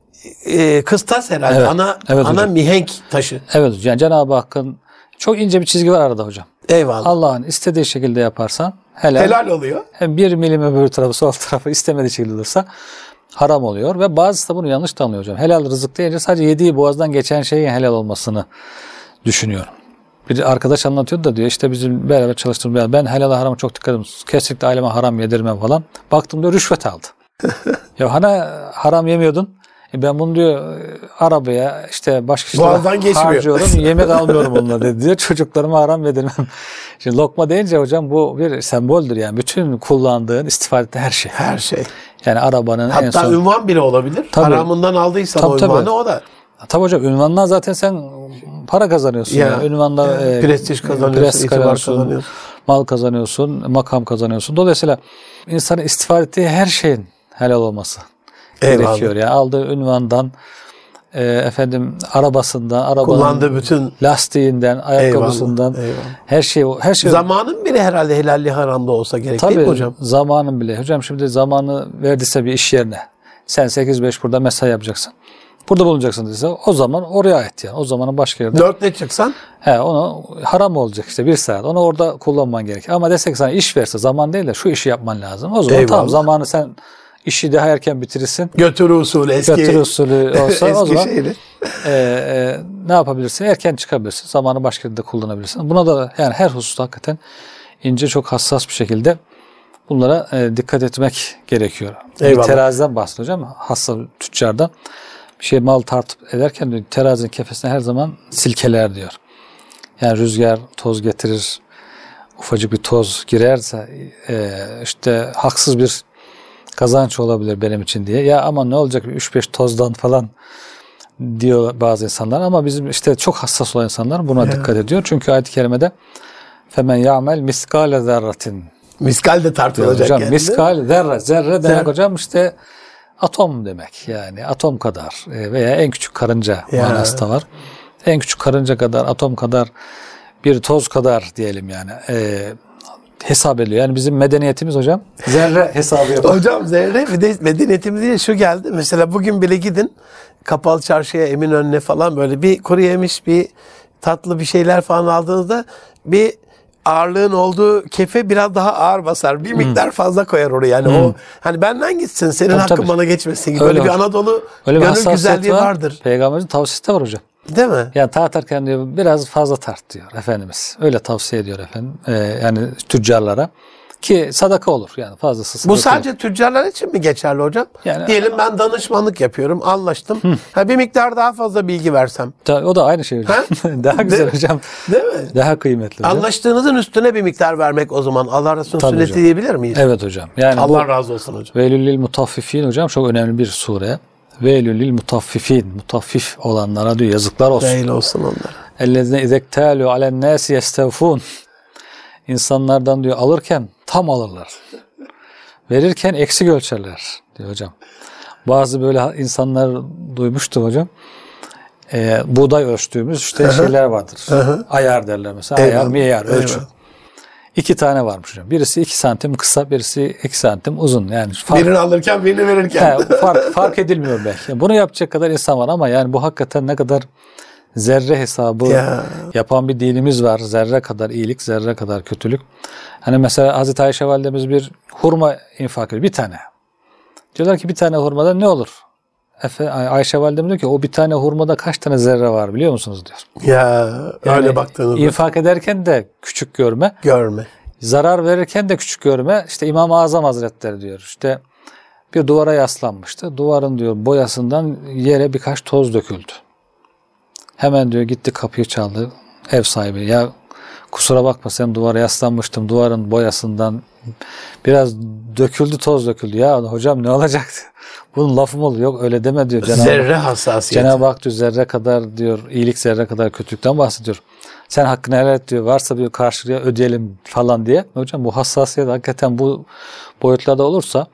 kıstas herhalde. Evet. Ana Evet hocam. mihenk taşı. Evet. Yani Cenab-ı Hakk'ın çok ince bir çizgi var arada hocam. Eyvallah. Allah'ın istediği şekilde yaparsan helal. Helal oluyor. Hem bir milim öbür tarafı sol tarafı istemediği şekilde olursa haram oluyor. Ve bazısı da bunu yanlış da anlıyor hocam. Helal rızık deyince sadece yediği boğazdan geçen şeyin helal olmasını düşünüyor. Bir arkadaş anlatıyordu da diyor işte bizim beraber çalıştığımız ben helal harama çok dikkat ediyorum. Kesinlikle aileme haram yedirmem falan. Baktım diyor rüşvet aldı. Ya hani haram yemiyordun? Ben bunu diyor arabaya işte başka işlere harcıyorum. Yemek almıyorum onunla dedi diyor. Çocuklarıma haram yedirmem. Şimdi lokma deyince hocam bu bir semboldür yani. Bütün kullandığın, istifade ettiğin her şey. Her şey. Yani arabanın hatta en son. Hatta ünvan bile olabilir. Tabii. Haramından aldıysan tabii, o ünvanı o da. Tabii hocam ünvandan zaten sen para kazanıyorsun. Ya, yani. Ünvanla prestij kazanıyorsun, itibar kazanıyorsun. Mal kazanıyorsun, makam kazanıyorsun. Dolayısıyla insanın istifade ettiği her şeyin helal olması gerekiyor. Yani aldığı ünvandan, arabasından, kullandığı bütün lastiğinden, ayakkabısından, her şey. Zamanın bile herhalde helalli haramda olsa gerek değil mi hocam? Zamanın bile. Hocam şimdi zamanı verdiyse bir iş yerine sen 8-5 burada mesai yapacaksın. Burada bulunacaksın dediyse o zaman oraya ait yani. O zamanın başka yerde. 4'te çıksan? Onu haram olacak işte 1 saat. Onu orada kullanman gerek. Ama desek sana iş verse zaman değil de şu işi yapman lazım. O zaman tamam zamanı sen işi daha erken bitirirsin. Götürü usulü eski. Götürü usulü olsa o zaman şeyli. Ne yapabilirsin? Erken çıkabilirsin. Zamanı başka yerde kullanabilirsin. Buna da yani her hususta hakikaten ince çok hassas bir şekilde bunlara dikkat etmek gerekiyor. Eyvallah. Bir teraziden bahsediyor hocam. Hassas tüccardan. Bir şey mal tartıp ederken diyor, terazinin kefesine her zaman silkeler diyor. Yani rüzgar toz getirir. Ufacık bir toz girerse işte haksız bir kazanç olabilir benim için diye. Ya ama ne olacak 3-5 tozdan falan diyor bazı insanlar ama bizim işte çok hassas olan insanlar buna dikkat ediyor. Çünkü ayet-i kerimede femen ya'mel miskale zerratin. Miskal de tartılacak hocam, yani. Miskal, zerre demek hocam işte atom demek yani atom kadar veya en küçük karınca manası da var. En küçük karınca kadar, atom kadar, bir toz kadar diyelim yani hesap ediyor. Yani bizim medeniyetimiz hocam zerre hesabı yapıyor. Hocam zerre bir de medeniyetimize şu geldi. Mesela bugün bile gidin Kapalı Çarşı'ya, Eminönü'ne falan böyle bir kuru yemiş, bir tatlı bir şeyler falan aldığınızda bir ağırlığın olduğu kefe biraz daha ağır basar. Bir miktar fazla koyar oraya. Yani o hani benden gitsin, senin Tabii, hakkın tabii. bana geçmesin gibi. Öyle Böyle bir hocam. Anadolu Öyle bir gönül hassasiyet güzelliği var. vardır. Peygamberimizin tavsiyesi de var hocam. Değil mi? Yani tartarken diyor biraz fazla tart diyor Efendimiz. Öyle tavsiye ediyor efendim. Yani tüccarlara. Ki sadaka olur yani fazlası sadaka Bu sadece tüccarlar için mi geçerli hocam? Yani- Diyelim ben danışmanlık yapıyorum, anlaştım. Ha, bir miktar daha fazla bilgi versem. O da aynı şey hocam. Daha güzel Değil mi? hocam. Değil mi? Daha kıymetli hocam. Anlaştığınızın üstüne bir miktar vermek o zaman. Allah Resulü'nün Tabii sünneti hocam. diyebilir miyiz? Evet hocam. Yani Allah razı olsun hocam. Veylül mutaffifin hocam çok önemli bir sure. Veylül mutaffifin. Mutaffif olanlara diyor yazıklar olsun. Değil olsun onlara. Ellezine izektalu alen nasi yestevfun. İnsanlardan diyor alırken tam alırlar. Verirken eksik ölçerler diyor hocam. Bazı böyle insanlar duymuştum hocam. Buğday ölçtüğümüz işte şeyler vardır. Ayar derler mesela. Eyvallah. Ayar, miyar, ölçü. Eyvallah. 2 tane varmış hocam. Birisi 2 santim kısa, birisi 2 santim uzun. Yani fark, Birini alırken birini verirken. fark edilmiyor belki. Bunu yapacak kadar insan var ama yani bu hakikaten ne kadar zerre hesabı Ya. yapan bir dinimiz var. Zerre kadar iyilik, zerre kadar kötülük. Hani mesela Hazreti Ayşe validemiz bir hurma infak ediyor. Bir tane. Diyorlar ki bir tane hurmadan ne olur? Ayşe validemiz diyor ki o bir tane hurmada kaç tane zerre var biliyor musunuz diyor. Ya öyle baktığınızda İnfak ederken de küçük görme. görme. Zarar verirken de küçük görme. İşte İmam-ı Azam Hazretleri diyor. İşte bir duvara yaslanmıştı. Duvarın diyor boyasından yere birkaç toz döküldü. Hemen diyor gitti kapıyı çaldı. Ev sahibi ya kusura bakma sen duvara yaslanmıştım. Duvarın boyasından biraz döküldü toz döküldü. Ya hocam ne olacaktı? Bunun lafı mı olur? Yok öyle deme diyor. Zerre hassasiyeti. Cenab-ı Hak diyor zerre kadar diyor iyilik zerre kadar kötülükten bahsediyor. Sen hakkını helal et diyor. Varsa bir karşılığa ödeyelim falan diye. Hocam bu hassasiyet hakikaten bu boyutlarda olursa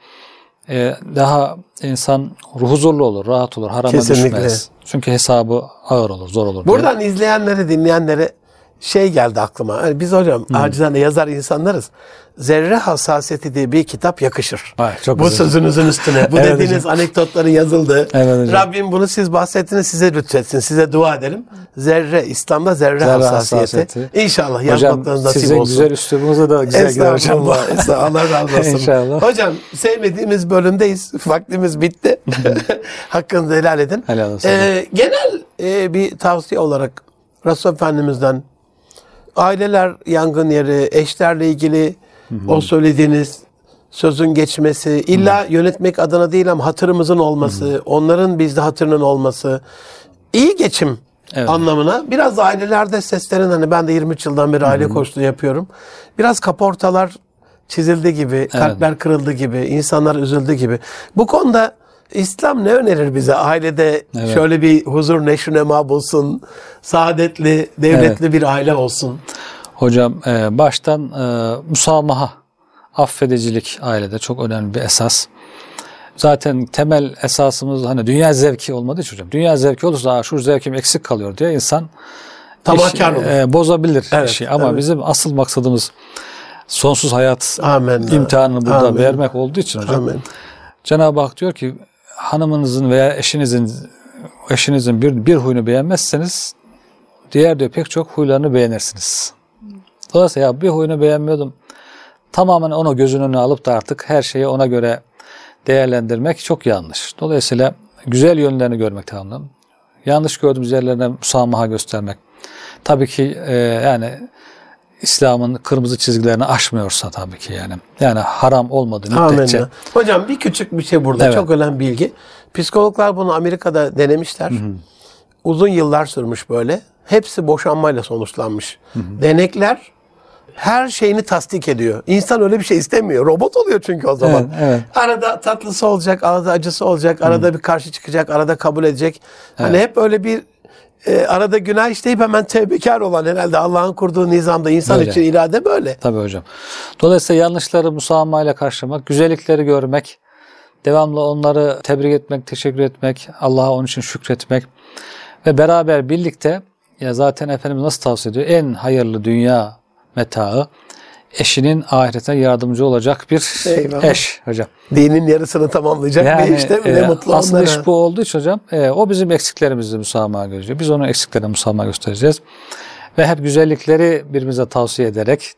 daha insan huzurlu olur, rahat olur, harama Kesinlikle. düşmez. Çünkü hesabı ağır olur, zor olur. diye. Buradan izleyenlere, dinleyenlere şey geldi aklıma. Yani biz hocam acizane yazar insanlarız. Zerre hassasiyeti diye bir kitap yakışır. Ay, çok Bu güzel. sözünüzün üstüne. Bu Evet dediğiniz anekdotların yazıldığı. Evet hocam. Rabbim bunu siz bahsettiniz, size lütfetsin. Size dua edelim. Zerre, İslam'da zerre hassasiyeti. İnşallah Hocam yazmaklarınız nasip sizin olsun. güzel üslubunuzda da güzel gider hocam. Estağfurullah. Estağfurullah. Allah razı olsun. İnşallah. Hocam sevmediğimiz bölümdeyiz. Vaktimiz bitti. Hakkınızı helal edin. Helal olsun. Genel bir tavsiye olarak Resul Efendimiz'den aileler yangın yeri, eşlerle ilgili o söylediğiniz sözün geçmesi, illa yönetmek adına değil ama hatırımızın olması, onların bizde hatırının olması, iyi geçim anlamına. Biraz da ailelerde seslerin, hani ben de 23 yıldan beri aile koçluğu yapıyorum. Biraz kaportalar çizildi gibi, kalpler kırıldı gibi, insanlar üzüldü gibi. Bu konuda İslam ne önerir bize? Ailede şöyle bir huzur, neşr, nema bulsun, saadetli, devletli bir aile olsun. Hocam baştan musamaha, affedicilik ailede çok önemli bir esas. Zaten temel esasımız hani dünya zevki olmadığı için hocam. Dünya zevki olursa şu zevkim eksik kalıyor diye insan Tamahkar olur. bozabilir Evet, işi. Ama bizim asıl maksadımız sonsuz hayat Amin. imtihanını burada Amin. vermek olduğu için hocam. Amin. Cenab-ı Hak diyor ki hanımınızın veya eşinizin bir huyunu beğenmezseniz diğer diyor pek çok huylarını beğenirsiniz. Dolayısıyla ya bir huyunu beğenmiyordum. Tamamen onu gözünün önüne alıp da artık her şeyi ona göre değerlendirmek çok yanlış. Dolayısıyla güzel yönlerini görmek tamam. Yanlış gördüğümüz yerlerine musamaha göstermek. Tabii ki yani İslam'ın kırmızı çizgilerini aşmıyorsa tabii ki yani. Yani haram olmadığı müddetçe. Amin. Hocam bir küçük bir şey burada. Evet. Çok önemli bilgi. Psikologlar bunu Amerika'da denemişler. Uzun yıllar sürmüş böyle. Hepsi boşanmayla sonuçlanmış. Denekler her şeyini tasdik ediyor. İnsan öyle bir şey istemiyor. Robot oluyor çünkü o zaman. Evet. Arada tatlısı olacak, arada acısı olacak, arada bir karşı çıkacak, arada kabul edecek. Hani hep öyle bir arada günah işleyip hemen tevbekar olan, herhalde Allah'ın kurduğu nizamda insan Böyle. için irade böyle. Tabii hocam. Dolayısıyla yanlışları musamaha karşılamak, güzellikleri görmek, devamlı onları tebrik etmek, teşekkür etmek, Allah'a onun için şükretmek ve beraber birlikte ya zaten Efendimiz nasıl tavsiye ediyor? En hayırlı dünya metaı eşinin ahirete yardımcı olacak bir Eyvallah. eş hocam. Dinin yarısını tamamlayacak bir iş değil mi? Ne mutlu asıl onlara. iş bu olduğu için hocam o bizim eksiklerimizi musamaha gösteriyor. Biz onun eksiklerine musamaha göstereceğiz. Ve hep güzellikleri birbirimize tavsiye ederek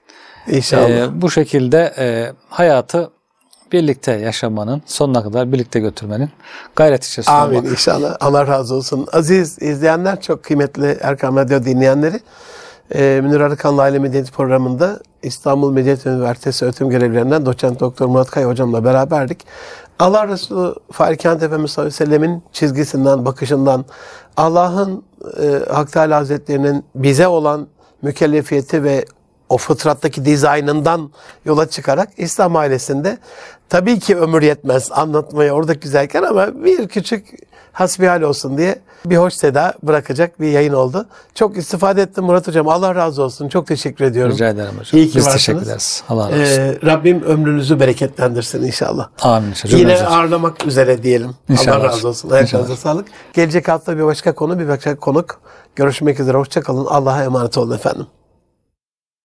İnşallah. Bu şekilde hayatı birlikte yaşamanın, sonuna kadar birlikte götürmenin gayret içerisinde Amin olmak. inşallah. Allah razı olsun. Aziz izleyenler, çok kıymetli Erkam Radyo dinleyenleri. Münir Arıkan'la Aile Medeniyeti programında İstanbul Medeniyet Üniversitesi öğretim görevlilerinden Doçent Doktor Murat Kaya hocamla beraberdik. Allah Resulü Fahri-Kainat Efendimiz sallallahu aleyhi ve sellemin çizgisinden, bakışından, Allah'ın Hak Teâlâ Hazretleri'nin bize olan mükellefiyeti ve o fıtrattaki dizaynından yola çıkarak İslam ailesinde tabii ki ömür yetmez anlatmaya orada güzelken, ama bir küçük hasbihal olsun diye bir hoş seda bırakacak bir yayın oldu. Çok istifade ettim Murat Hocam. Allah razı olsun. Çok teşekkür ediyorum. Rica ederim hocam. İyi ki Biz varsınız. teşekkür ederiz. Allah razı olsun. Rabbim ömrünüzü bereketlendirsin inşallah. Amin. Hocam. Yine ağırlamak üzere diyelim. İnşallah. Allah razı olsun. Ayaklarınıza İnşallah. sağlık. Gelecek hafta bir başka konu, bir başka konuk. Görüşmek üzere. Hoşça kalın. Allah'a emanet olun efendim.